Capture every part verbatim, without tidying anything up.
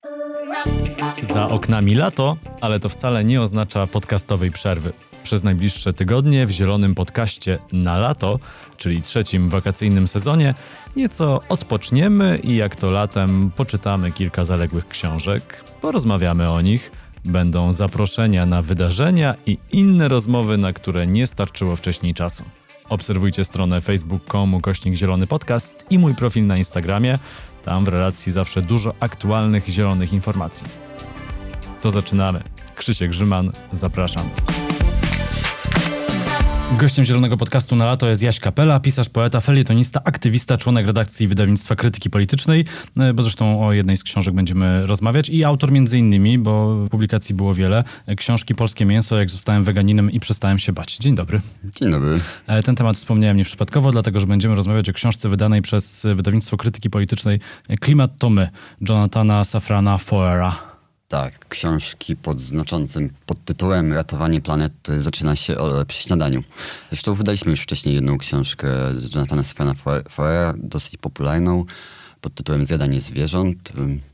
Za oknami lato, ale to wcale nie oznacza podcastowej przerwy. Przez najbliższe tygodnie w Zielonym Podcaście na lato, czyli trzecim wakacyjnym sezonie, nieco odpoczniemy i jak to latem poczytamy kilka zaległych książek, porozmawiamy o nich, będą zaproszenia na wydarzenia i inne rozmowy, na które nie starczyło wcześniej czasu. Obserwujcie stronę facebook kropka com ukośnik Zielony Podcast i mój profil na Instagramie. Tam w relacji zawsze dużo aktualnych zielonych informacji. To zaczynamy. Krzysiek Grzyman, zapraszam. Gościem Zielonego Podcastu na lato jest Jaś Kapela, pisarz, poeta, felietonista, aktywista, członek redakcji wydawnictwa Krytyki Politycznej, bo zresztą o jednej z książek będziemy rozmawiać i autor między innymi, bo publikacji było wiele, książki Polskie mięso, jak zostałem weganinem i przestałem się bać. Dzień dobry. Dzień dobry. Ten temat wspomniałem nieprzypadkowo, dlatego że będziemy rozmawiać o książce wydanej przez wydawnictwo Krytyki Politycznej Klimat to my, Jonathana Safrana Foera. Tak, książki pod znaczącym podtytułem Ratowanie planety zaczyna się przy śniadaniu. Zresztą wydaliśmy już wcześniej jedną książkę Jonathana Safrana Foera, dosyć popularną, pod tytułem Zjadanie zwierząt,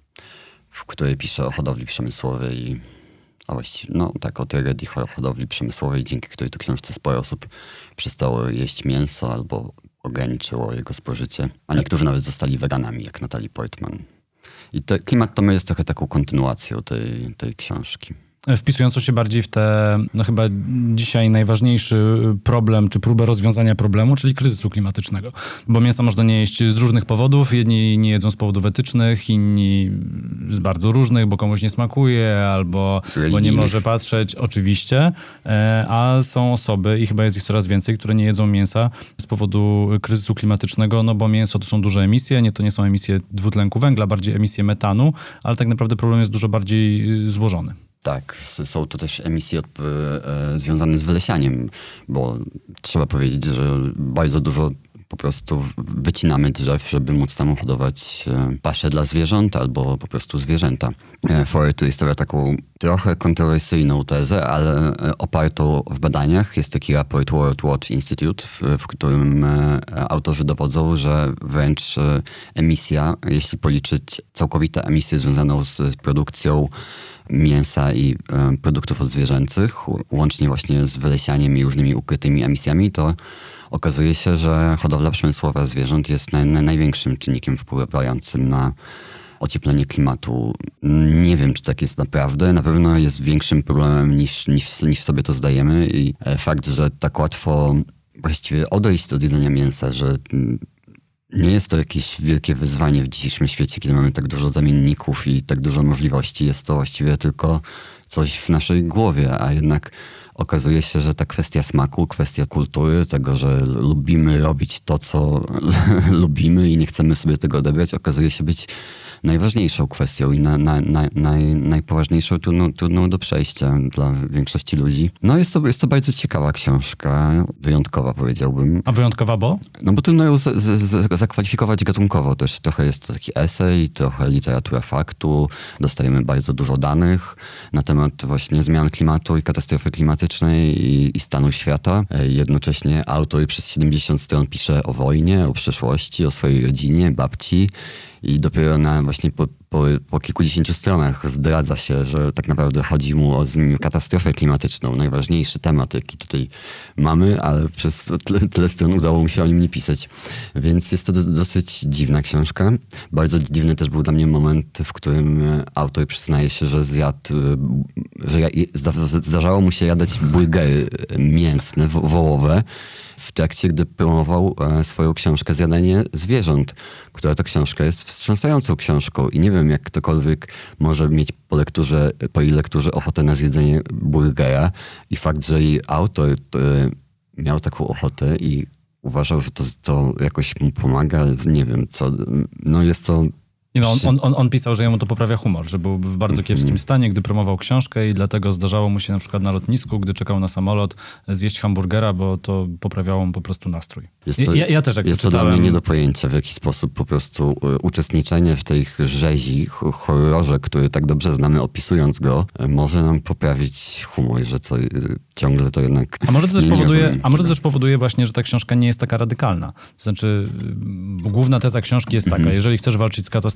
w której pisze o hodowli przemysłowej, a właściwie, no tak, o tragedii hodowli przemysłowej, dzięki której to książce sporo osób przestało jeść mięso albo ograniczyło jego spożycie, a niektórzy nawet zostali weganami, jak Natalie Portman. I te, Klimat to my jest trochę taką kontynuacją tej, tej książki. Wpisująco się bardziej w te, no chyba dzisiaj najważniejszy problem, czy próbę rozwiązania problemu, czyli kryzysu klimatycznego. Bo mięsa można nie jeść z różnych powodów. Jedni nie jedzą z powodów etycznych, inni z bardzo różnych, bo komuś nie smakuje, albo bo nie może patrzeć, oczywiście. A są osoby, i chyba jest ich coraz więcej, które nie jedzą mięsa z powodu kryzysu klimatycznego, no bo mięso to są duże emisje, nie, to nie są emisje dwutlenku węgla, bardziej emisje metanu, ale tak naprawdę problem jest dużo bardziej złożony. Tak, są to też emisje od, e, związane z wylesianiem, bo trzeba powiedzieć, że bardzo dużo po prostu wycinamy drzew, żeby móc tam hodować e, pasze dla zwierząt albo po prostu zwierzęta. E, Foer tu stawia taką trochę kontrowersyjną tezę, ale opartą w badaniach. Jest taki raport World Watch Institute, w, w którym e, autorzy dowodzą, że wręcz e, emisja, jeśli policzyć całkowitą emisję związaną z produkcją mięsa i e, produktów odzwierzęcych, łącznie właśnie z wylesianiem i różnymi ukrytymi emisjami, to okazuje się, że hodowla przemysłowa zwierząt jest naj, naj, największym czynnikiem wpływającym na ocieplenie klimatu. Nie wiem, czy tak jest naprawdę. Na pewno jest większym problemem niż, niż, niż sobie to zdajemy i fakt, że tak łatwo właściwie odejść od jedzenia mięsa, że nie jest to jakieś wielkie wyzwanie w dzisiejszym świecie, kiedy mamy tak dużo zamienników i tak dużo możliwości. Jest to właściwie tylko coś w naszej głowie, a jednak okazuje się, że ta kwestia smaku, kwestia kultury, tego, że lubimy robić to, co lubimy i nie chcemy sobie tego odebrać, okazuje się być najważniejszą kwestią i na, na, na, naj, najpoważniejszą, trudną, trudną do przejścia dla większości ludzi. No jest to, jest to bardzo ciekawa książka, wyjątkowa powiedziałbym. A wyjątkowa bo? No bo trudno ją z, z, z, zakwalifikować gatunkowo też. Trochę jest to taki esej, trochę literatura faktu. Dostajemy bardzo dużo danych na temat właśnie zmian klimatu i katastrofy klimatycznej i, i stanu świata. Jednocześnie autor przez siedemdziesiąt stron pisze o wojnie, o przeszłości, o swojej rodzinie, babci. I dopiero na właśnie po, po, po kilkudziesięciu stronach zdradza się, że tak naprawdę chodzi mu o katastrofę klimatyczną. Najważniejszy temat, jaki tutaj mamy, ale przez tyle, tyle stron udało mu się o nim nie pisać. Więc jest to do, dosyć dziwna książka. Bardzo dziwny też był dla mnie moment, w którym autor przyznaje się, że zjadł, że ja, zdarzało mu się jadać burgery mięsne, wołowe, w trakcie, gdy promował e, swoją książkę Zjadanie zwierząt, która to książka jest wstrząsającą książką i nie wiem, jak ktokolwiek może mieć po lekturze, po jej lekturze ochotę na zjedzenie burgera i fakt, że jej autor e, miał taką ochotę i uważał, że to, to jakoś mu pomaga, nie wiem co, no jest to... Nie no, on, on, on, on pisał, że jemu to poprawia humor, że był w bardzo kiepskim stanie, gdy promował książkę i dlatego zdarzało mu się na przykład na lotnisku, gdy czekał na samolot, zjeść hamburgera, bo to poprawiało mu po prostu nastrój. Jest to, ja, ja też jak jest to czytałem... dla mnie nie do pojęcia, w jaki sposób po prostu uczestniczenie w tej rzezi, horrorze, który tak dobrze znamy, opisując go, może nam poprawić humor, że co, ciągle to jednak... A może to też nie, powoduje, nie a może to też powoduje właśnie, że ta książka nie jest taka radykalna. To znaczy, główna teza książki jest taka, mm-hmm. jeżeli chcesz walczyć z katastrofą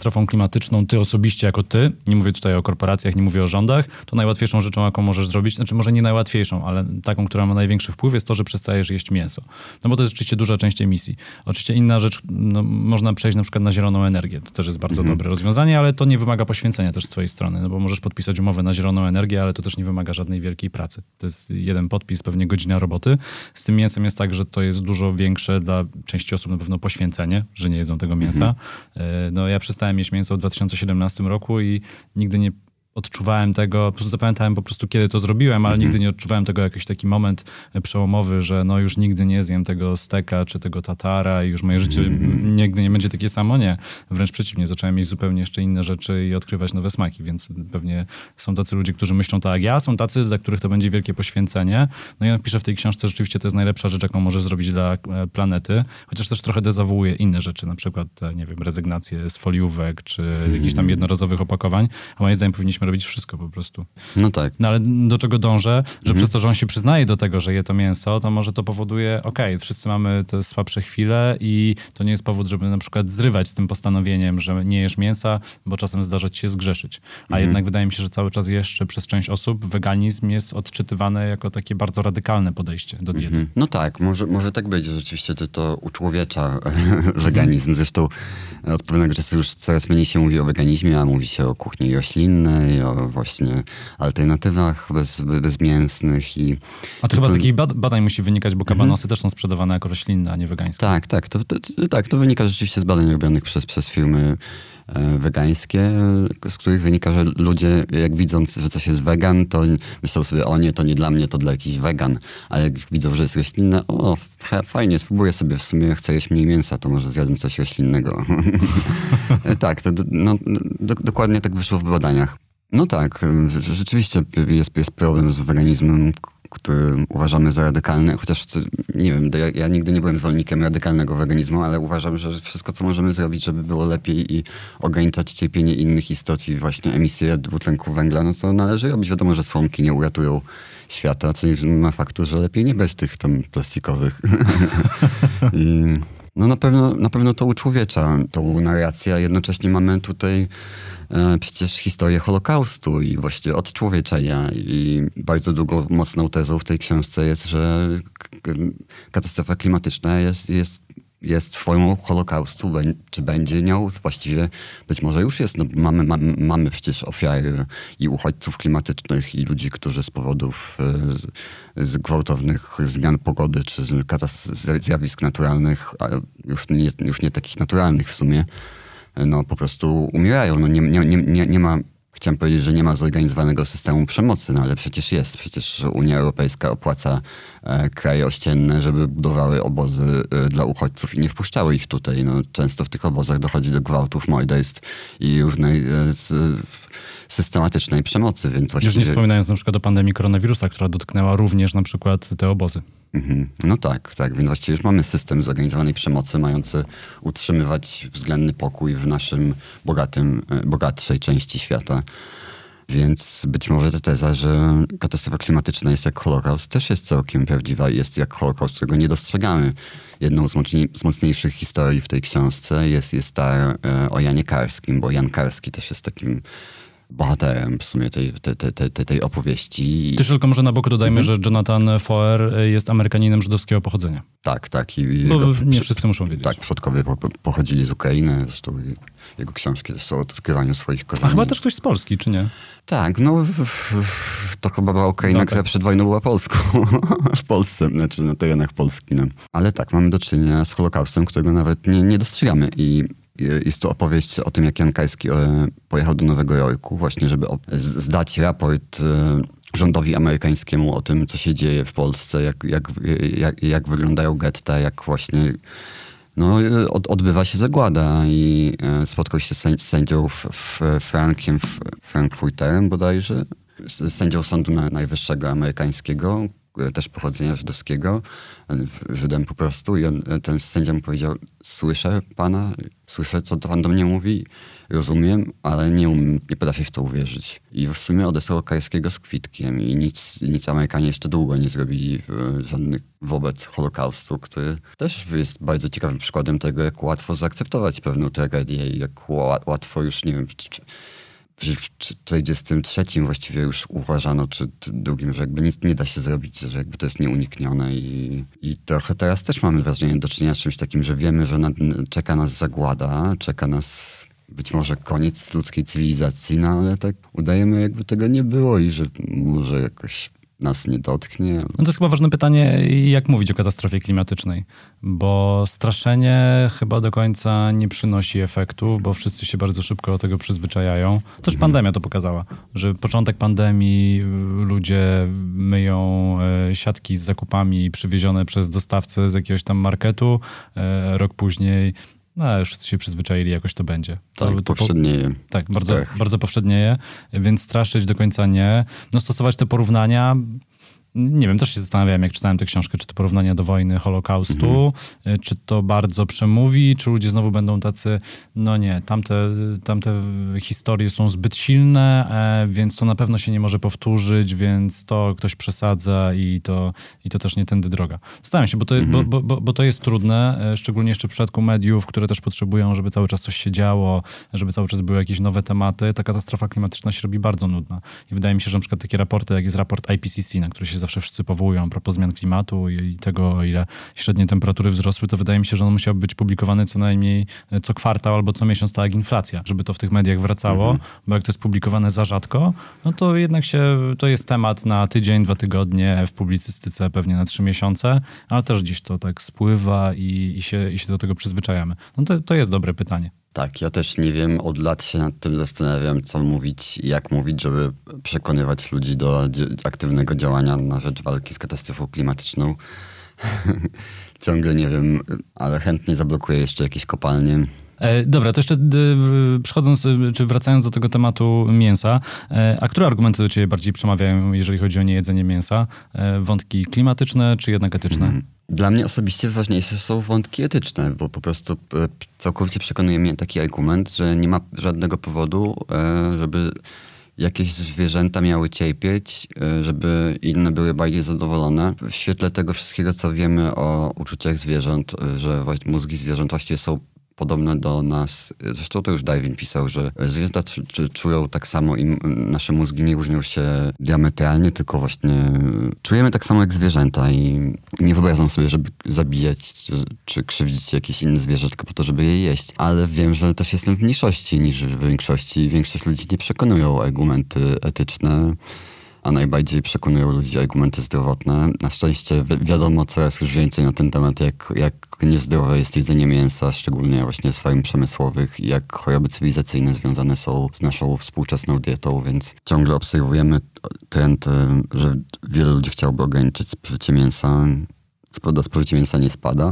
katastrofą klimatyczną, ty osobiście jako ty, nie mówię tutaj o korporacjach, nie mówię o rządach, to najłatwiejszą rzeczą, jaką możesz zrobić, znaczy może nie najłatwiejszą, ale taką, która ma największy wpływ, jest to, że przestajesz jeść mięso. No bo to jest rzeczywiście duża część emisji. Oczywiście inna rzecz, no, można przejść na przykład na zieloną energię. To też jest bardzo mhm. dobre rozwiązanie, ale to nie wymaga poświęcenia też z twojej strony, no bo możesz podpisać umowę na zieloną energię, ale to też nie wymaga żadnej wielkiej pracy. To jest jeden podpis, pewnie godzina roboty. Z tym mięsem jest tak, że to jest dużo większe dla części osób na pewno poświęcenie, że nie jedzą tego mięsa. Mhm. No ja przestałem jeść mięso w dwa tysiące siedemnastym roku i nigdy nie odczuwałem tego, po prostu zapamiętałem po prostu, kiedy to zrobiłem, ale mm-hmm. nigdy nie odczuwałem tego jakiś taki moment przełomowy, że no już nigdy nie zjem tego steka czy tego tatara i już moje życie mm-hmm. nigdy nie będzie takie samo. Nie. Wręcz przeciwnie, zacząłem jeść zupełnie jeszcze inne rzeczy i odkrywać nowe smaki, więc pewnie są tacy ludzie, którzy myślą tak jak ja, są tacy, dla których to będzie wielkie poświęcenie. No i on pisze w tej książce, rzeczywiście to jest najlepsza rzecz, jaką możesz zrobić dla planety, chociaż też trochę dezawuuje inne rzeczy, na przykład, nie wiem, rezygnację z foliówek czy mm-hmm. jakichś tam jednorazowych opakowań, a moim zdaniem powinniśmy robić wszystko po prostu. No tak. No ale do czego dążę? Że mhm. przez to, że on się przyznaje do tego, że je to mięso, to może to powoduje, okej, okay, wszyscy mamy te słabsze chwile i to nie jest powód, żeby na przykład zrywać z tym postanowieniem, że nie jesz mięsa, bo czasem zdarza ci się zgrzeszyć. A mhm. jednak wydaje mi się, że cały czas jeszcze przez część osób weganizm jest odczytywany jako takie bardzo radykalne podejście do diety. Mhm. No tak, może, może tak być, że rzeczywiście to, to uczłowiecza weganizm. Zresztą od pewnego czasu już coraz mniej się mówi o weganizmie, a mówi się o kuchni roślinnej, o właśnie alternatywach bez, bezmięsnych. I, a to chyba to, z jakichś badań musi wynikać, bo kabanosy mhm. też są sprzedawane jako roślinne, a nie wegańskie. Tak, tak. To, to, to, tak, to wynika rzeczywiście z badań robionych przez, przez firmy e, wegańskie, z których wynika, że ludzie jak widząc, że coś jest wegan, to myślą sobie, o nie, to nie dla mnie, to dla jakichś wegan. A jak widzą, że jest roślinne, o fajnie, spróbuję sobie, w sumie chcę jeść mniej mięsa, to może zjadłem coś roślinnego. Tak, to no, do, dokładnie tak wyszło w badaniach. No tak, rzeczywiście jest, jest problem z weganizmem, który uważamy za radykalny, chociaż nie wiem, ja, ja nigdy nie byłem zwolennikiem radykalnego weganizmu, ale uważam, że wszystko, co możemy zrobić, żeby było lepiej i ograniczać cierpienie innych istot i właśnie emisję dwutlenku węgla, no to należy robić. Wiadomo, że słomki nie uratują świata, co nie ma faktu, że lepiej nie bez tych tam plastikowych. I no na pewno, na pewno to uczłowiecza tą narrację, a jednocześnie mamy tutaj e, przecież historię Holokaustu i właściwie odczłowieczenia i bardzo długo mocną tezą w tej książce jest, że k- katastrofa klimatyczna jest, jest, jest formą Holokaustu, czy będzie nią, właściwie być może już jest. No, mamy, mamy, mamy przecież ofiary i uchodźców klimatycznych i ludzi, którzy z powodów e, z gwałtownych zmian pogody czy z katastrof, zjawisk naturalnych, a już nie, już nie takich naturalnych w sumie, no po prostu umierają. No, nie, nie, nie, nie ma, chciałem powiedzieć, że nie ma zorganizowanego systemu przemocy, no ale przecież jest. Przecież Unia Europejska opłaca e, kraje ościenne, żeby budowały obozy e, dla uchodźców i nie wpuszczały ich tutaj. No, często w tych obozach dochodzi do gwałtów, morderstw i różnej e, z, systematycznej przemocy, więc właściwie... Już nie wspominając na przykład o pandemii koronawirusa, która dotknęła również na przykład te obozy. Mhm. No tak, tak, więc właściwie już mamy system zorganizowanej przemocy mający utrzymywać względny pokój w naszym bogatym, bogatszej części świata. Więc być może ta teza, że katastrofa klimatyczna jest jak Holokaust, też jest całkiem prawdziwa i jest jak Holokaust, którego nie dostrzegamy. Jedną z, mocniej, z mocniejszych historii w tej książce jest, jest ta e, o Janie Karskim, bo Jan Karski też jest takim bohaterem w sumie tej, tej, tej, tej, tej opowieści. Też tylko może na boku dodajmy, mhm. że Jonathan Foer jest Amerykaninem żydowskiego pochodzenia. Tak, tak. I Bo jego, nie wszyscy muszą wiedzieć. Tak, przodkowie po, pochodzili z Ukrainy, zresztą jego książki też są o odkrywaniu swoich korzeni. A chyba też ktoś z Polski, czy nie? Tak, no w, w, to chyba była Ukraina, no, która tak. przed wojną była Polską. W Polsce, znaczy na terenach Polski. No. Ale tak, mamy do czynienia z Holokaustem, którego nawet nie, nie dostrzegamy. I jest to opowieść o tym, jak Jan Karski pojechał do Nowego Jorku właśnie, żeby zdać raport rządowi amerykańskiemu o tym, co się dzieje w Polsce, jak, jak, jak, jak wyglądają getta, jak właśnie no, od, odbywa się zagłada. I spotkał się z sędzią Frankiem Frankfurterem bodajże, z sędzią Sądu Najwyższego amerykańskiego, też pochodzenia żydowskiego, Żydem po prostu i on, ten sędzia mu powiedział, słyszę pana, słyszę co to pan do mnie mówi, rozumiem, ale nie umiem, nie potrafię w to uwierzyć. I w sumie odesłał Karskiego z kwitkiem i nic, nic Amerykanie jeszcze długo nie zrobili żadnych wobec Holokaustu, który też jest bardzo ciekawym przykładem tego, jak łatwo zaakceptować pewną tragedię i jak łatwo już, nie wiem, czy, czy w czterdziestym trzecim właściwie już uważano, czy drugim, że jakby nic nie da się zrobić, że jakby to jest nieuniknione i, i trochę teraz też mamy wrażenie do czynienia z czymś takim, że wiemy, że nad, czeka nas zagłada, czeka nas być może koniec ludzkiej cywilizacji, no ale tak udajemy, jakby tego nie było i że może jakoś nas nie dotknie. No to jest chyba ważne pytanie, jak mówić o katastrofie klimatycznej, bo straszenie chyba do końca nie przynosi efektów, bo wszyscy się bardzo szybko do tego przyzwyczajają. Też mhm. pandemia to pokazała, że początek pandemii ludzie myją siatki z zakupami przywiezione przez dostawcę z jakiegoś tam marketu, rok później no, już się przyzwyczaili, jakoś to będzie. To, tak, to powszednieje. Po, tak, bardzo, bardzo powszednieje, więc straszyć do końca nie. No stosować te porównania, nie wiem, też się zastanawiałem, jak czytałem tę książkę, czy to porównania do wojny, Holokaustu, mhm. czy to bardzo przemówi, czy ludzie znowu będą tacy, no nie, tamte, tamte historie są zbyt silne, e, więc to na pewno się nie może powtórzyć, więc to ktoś przesadza i to, i to też nie tędy droga. Zastanawiam się, bo to, mhm. bo, bo, bo to jest trudne, e, szczególnie jeszcze w przypadku mediów, które też potrzebują, żeby cały czas coś się działo, żeby cały czas były jakieś nowe tematy. Ta katastrofa klimatyczna się robi bardzo nudna. I wydaje mi się, że na przykład takie raporty, jak jest raport I P C C, na który się zawsze wszyscy powołują a propos zmian klimatu i tego, o ile średnie temperatury wzrosły, to wydaje mi się, że on musiał być publikowany co najmniej co kwartał albo co miesiąc, tak jak inflacja, żeby to w tych mediach wracało, mhm. bo jak to jest publikowane za rzadko, no to jednak się, to jest temat na tydzień, dwa tygodnie, w publicystyce pewnie na trzy miesiące, ale też gdzieś to tak spływa i, i, się, i się do tego przyzwyczajamy. No to, to jest dobre pytanie. Tak, ja też nie wiem, od lat się nad tym zastanawiam, co mówić i jak mówić, żeby przekonywać ludzi do aktywnego działania na rzecz walki z katastrofą klimatyczną. Ciągle nie wiem, ale chętnie zablokuję jeszcze jakieś kopalnie. E, dobra, to jeszcze e, przechodząc, czy wracając do tego tematu mięsa, e, a które argumenty do ciebie bardziej przemawiają, jeżeli chodzi o niejedzenie mięsa? E, wątki klimatyczne, czy jednak etyczne? Hmm. Dla mnie osobiście ważniejsze są wątki etyczne, bo po prostu całkowicie przekonuje mnie taki argument, że nie ma żadnego powodu, żeby jakieś zwierzęta miały cierpieć, żeby inne były bardziej zadowolone. W świetle tego wszystkiego, co wiemy o uczuciach zwierząt, że mózgi zwierząt właściwie są podobne do nas. Zresztą to już Darwin pisał, że zwierzęta czy, czy czują tak samo i nasze mózgi nie różnią się diametralnie, tylko właśnie czujemy tak samo jak zwierzęta i nie wyobrażam sobie, żeby zabijać czy, czy krzywdzić jakieś inne zwierzę tylko po to, żeby je jeść. Ale wiem, że też jestem w mniejszości niż w większości. Większość ludzi nie przekonują argumenty etyczne, a najbardziej przekonują ludzi argumenty zdrowotne. Na szczęście wi- wiadomo coraz już więcej na ten temat, jak, jak niezdrowe jest jedzenie mięsa, szczególnie właśnie z farm przemysłowych, i jak choroby cywilizacyjne związane są z naszą współczesną dietą, więc ciągle obserwujemy trend, że wielu ludzi chciałoby ograniczyć spożycie mięsa. Prawda, spożycie mięsa nie spada.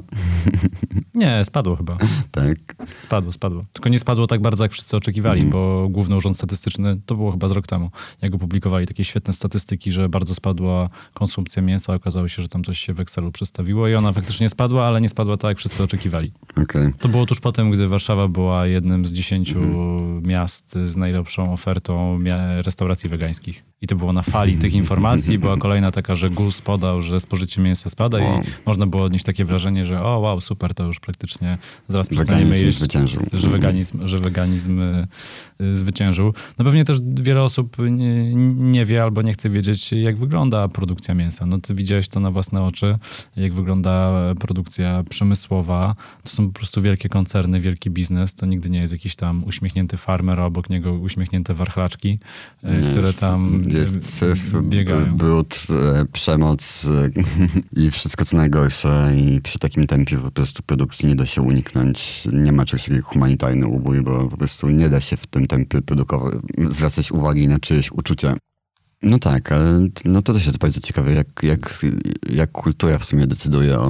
Nie, spadło chyba. Tak. Spadło, spadło. Tylko nie spadło tak bardzo, jak wszyscy oczekiwali, mm. bo Główny Urząd Statystyczny, to było chyba z rok temu, jak opublikowali takie świetne statystyki, że bardzo spadła konsumpcja mięsa. Okazało się, że tam coś się w Excelu przestawiło i ona faktycznie spadła, ale nie spadła tak, jak wszyscy oczekiwali. Okay. To było tuż potem, gdy Warszawa była jednym z dziesięciu mm. miast z najlepszą ofertą mia- restauracji wegańskich. I to było na fali tych informacji. Była kolejna taka, że G U S podał, że spożycie mięsa spada wow. i można było odnieść takie wrażenie, że o wow, super, to już praktycznie zaraz przestaniemy jeść, zwyciężył. że weganizm, że weganizm y, y, zwyciężył. No pewnie też wiele osób nie, nie wie albo nie chce wiedzieć, jak wygląda produkcja mięsa. No ty widziałeś to na własne oczy, jak wygląda produkcja przemysłowa. To są po prostu wielkie koncerny, wielki biznes. To nigdy nie jest jakiś tam uśmiechnięty farmer, a obok niego uśmiechnięte warchlaczki, nie, które tam jest syf, biegają. Brud, przemoc i wszystko co najgorsze, i przy takim tempie po prostu produkcji nie da się uniknąć. Nie ma czegoś takiego jak humanitarny ubój, bo po prostu nie da się w tym tempie produkować, zwracać uwagi na czyjeś uczucia. No tak, ale no to też jest bardzo ciekawe, jak, jak, jak kultura w sumie decyduje o,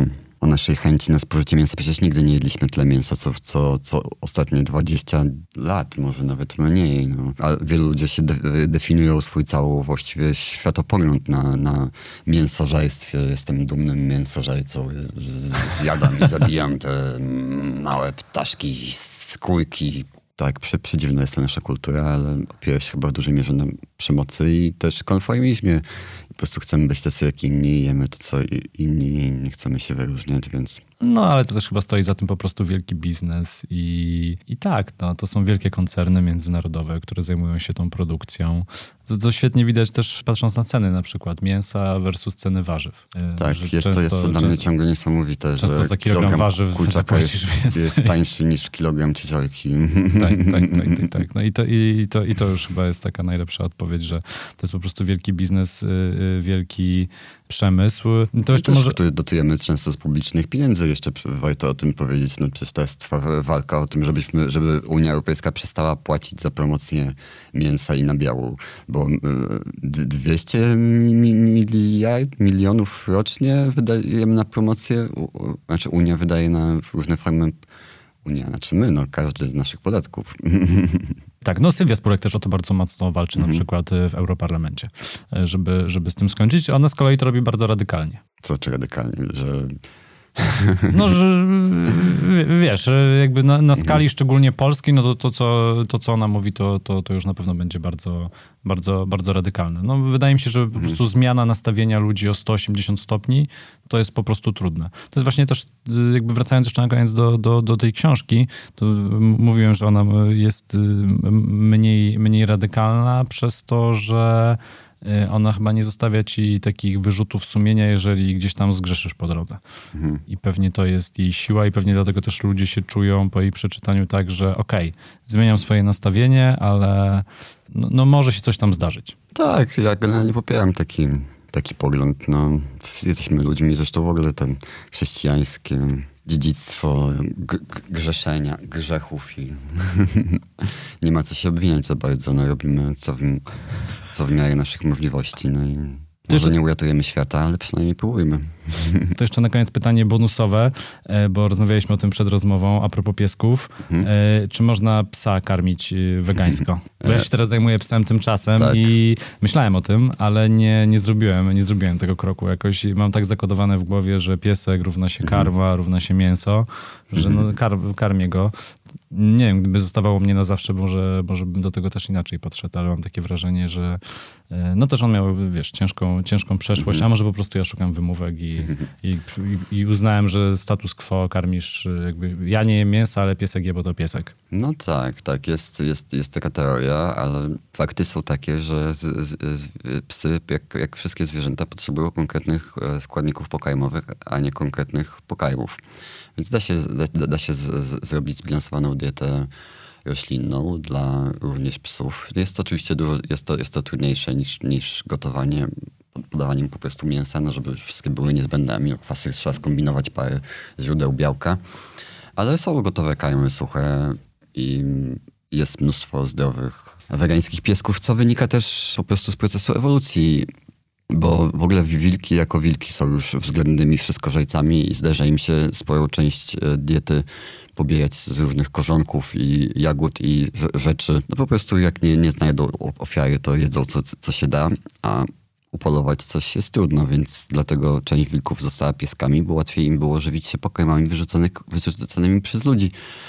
o naszej chęci na spożycie mięsa. Przecież nigdy nie jedliśmy tyle mięsa, co, co, co ostatnie dwadzieścia lat, może nawet mniej. No. A wielu ludzi się de- definiują swój cały właściwie światopogląd na, na mięsożerstwie. Jestem dumnym mięsożercą. Z- zjadam i zabijam te małe ptaszki, skórki. Tak, prze, przedziwna jest ta nasza kultura, ale opiera się chyba w dużej mierze na przemocy i też konformizmie. Po prostu chcemy być tacy jak inni, jemy to co inni, nie chcemy się wyróżniać, więc... No, ale to też chyba stoi za tym po prostu wielki biznes i, i tak, no, to są wielkie koncerny międzynarodowe, które zajmują się tą produkcją. To, to świetnie widać też patrząc na ceny na przykład mięsa versus ceny warzyw. Tak, jest, często, to jest to dla mnie ciągle niesamowite, często że za kilogram, kilogram warzyw zapłacisz jest, jest tańszy niż kilogram cieciorki. Tak, tak, tak, tak, tak. No i to, i, to, i to już chyba jest taka najlepsza odpowiedź, że to jest po prostu wielki biznes, wielki przemysł. To jeszcze też, może... który dotujemy często z publicznych pieniędzy. Jeszcze warto o tym powiedzieć. No przecież to jest trwa walka o tym, żebyśmy, żeby Unia Europejska przestała płacić za promocję mięsa i nabiału, bo dwieście miliard, milionów rocznie wydajemy na promocję, znaczy Unia wydaje na różne formy. Unia, znaczy my, no każdy z naszych podatków. Tak, no Sylwia Spurek też o to bardzo mocno walczy mm. na przykład w Europarlamencie, żeby, żeby z tym skończyć. Ona z kolei to robi bardzo radykalnie. Co czy radykalnie? Że... No, że wiesz, jakby na, na skali szczególnie polskiej, no to, to, co, to co ona mówi, to, to, to już na pewno będzie bardzo, bardzo, bardzo radykalne. No, wydaje mi się, że po prostu zmiana nastawienia ludzi o sto osiemdziesiąt stopni to jest po prostu trudne. To jest właśnie też, jakby wracając jeszcze na koniec do, do, do tej książki, to mówiłem, że ona jest mniej, mniej radykalna przez to, że ona chyba nie zostawia ci takich wyrzutów sumienia, jeżeli gdzieś tam zgrzeszysz po drodze. Mhm. I pewnie to jest jej siła i pewnie dlatego też ludzie się czują po jej przeczytaniu tak, że okej, okay, zmieniam swoje nastawienie, ale no, no może się coś tam zdarzyć. Tak, ja generalnie popieram taki, taki pogląd. No, jesteśmy ludźmi, zresztą w ogóle ten chrześcijańskie dziedzictwo g- grzeszenia, grzechów i nie ma co się obwiniać za bardzo. No, robimy co w, co w miarę naszych możliwości. No i może jeszcze... nie uratujemy świata, ale przynajmniej próbujmy. To jeszcze na koniec pytanie bonusowe, bo rozmawialiśmy o tym przed rozmową a propos piesków. Mhm. Czy można psa karmić wegańsko? Bo ja się teraz zajmuję psem tymczasem tak. i myślałem o tym, ale nie, nie zrobiłem, nie zrobiłem tego kroku. Jakoś mam tak zakodowane w głowie, że piesek równa się karma, mhm. równa się mięso, że no, kar, karmię go. Nie wiem, gdyby zostawało mnie na zawsze, może, może bym do tego też inaczej podszedł, ale mam takie wrażenie, że no też on miał, wiesz, ciężką, ciężką przeszłość, a może po prostu ja szukam wymówek i, i, i uznałem, że status quo karmisz, jakby ja nie jem mięsa, ale piesek je, bo to piesek. No tak, tak, jest, jest, jest taka teoria, ale fakty są takie, że z, z, z, psy, jak, jak wszystkie zwierzęta, potrzebują konkretnych składników pokarmowych, a nie konkretnych pokarmów. Więc da się, da, da się z, z, zrobić zbilansowaną dietę roślinną dla również psów. Jest to oczywiście dużo, jest to, jest to trudniejsze niż, niż gotowanie, podawaniem po prostu mięsa, no żeby wszystkie były niezbędne aminokwasy, trzeba skombinować parę źródeł białka. Ale są gotowe karmy suche i jest mnóstwo zdrowych wegańskich piesków, co wynika też po prostu z procesu ewolucji. Bo w ogóle wilki jako wilki są już względnymi wszystkożercami i zdarza im się sporą część diety pobierać z różnych korzonków i jagód i rzeczy. No po prostu jak nie, nie znajdą ofiary, to jedzą co, co się da, a upolować coś jest trudno, więc dlatego część wilków została pieskami, bo łatwiej im było żywić się pokarmami wyrzuconymi przez ludzi.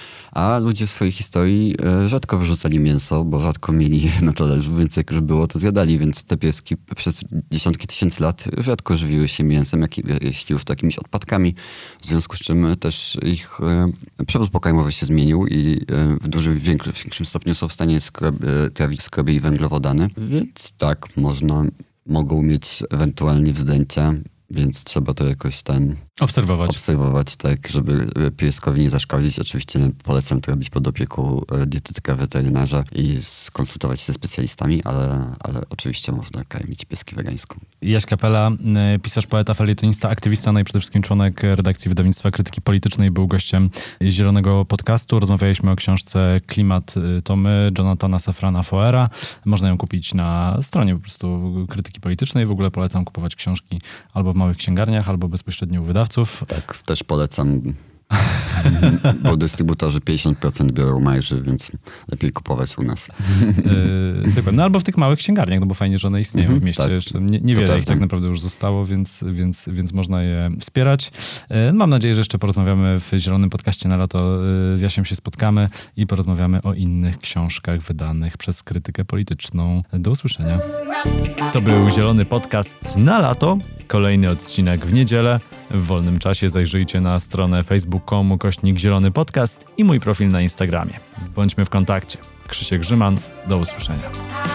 A ludzie w swojej historii e, rzadko wyrzucali mięso, bo rzadko mieli je na talerzu, więc jak już było, to zjadali. Więc te pieski przez dziesiątki tysięcy lat rzadko żywiły się mięsem, jak, jeśli już to jakimiś odpadkami. W związku z czym też ich e, przewód pokarmowy się zmienił i e, w dużym, większym, większym stopniu są w stanie skrob, e, trawić skrobie i węglowodany. Więc tak, można, mogą mieć ewentualnie wzdęcia. Więc trzeba to jakoś ten... Obserwować. Obserwować, tak, żeby pieskowi nie zaszkodzić. Oczywiście polecam to robić pod opieką dietetyka, weterynarza i skonsultować się ze specjalistami, ale, ale oczywiście można karmić pieski wegańską. Jaś Kapela, pisarz, poeta, felietonista, aktywista, no i przede wszystkim członek redakcji wydawnictwa Krytyki Politycznej, był gościem Zielonego Podcastu. Rozmawialiśmy o książce Klimat to my, Jonathana Safrana Foera. Można ją kupić na stronie po prostu Krytyki Politycznej. W ogóle polecam kupować książki albo w małych księgarniach, albo bezpośrednio u wydawcy. wydawców. Tak, też polecam, bo dystrybutorzy pięćdziesiąt procent biorą marży, więc lepiej kupować u nas. Yy, no albo w tych małych księgarniach, no bo fajnie, że one istnieją Mhm, w mieście. tak. Jeszcze nie, niewiele To ich tak prawda. naprawdę już zostało, więc, więc, więc można je wspierać. Yy, mam nadzieję, że jeszcze porozmawiamy w Zielonym Podcaście na lato. Yy, z Jasiem się spotkamy i porozmawiamy o innych książkach wydanych przez krytykę polityczną. Do usłyszenia. To był Zielony Podcast na lato. Kolejny odcinek w niedzielę. W wolnym czasie zajrzyjcie na stronę facebook kropka com ukośnik Zielony Podcast i mój profil na Instagramie. Bądźmy w kontakcie. Krzysiek Grzyman, do usłyszenia.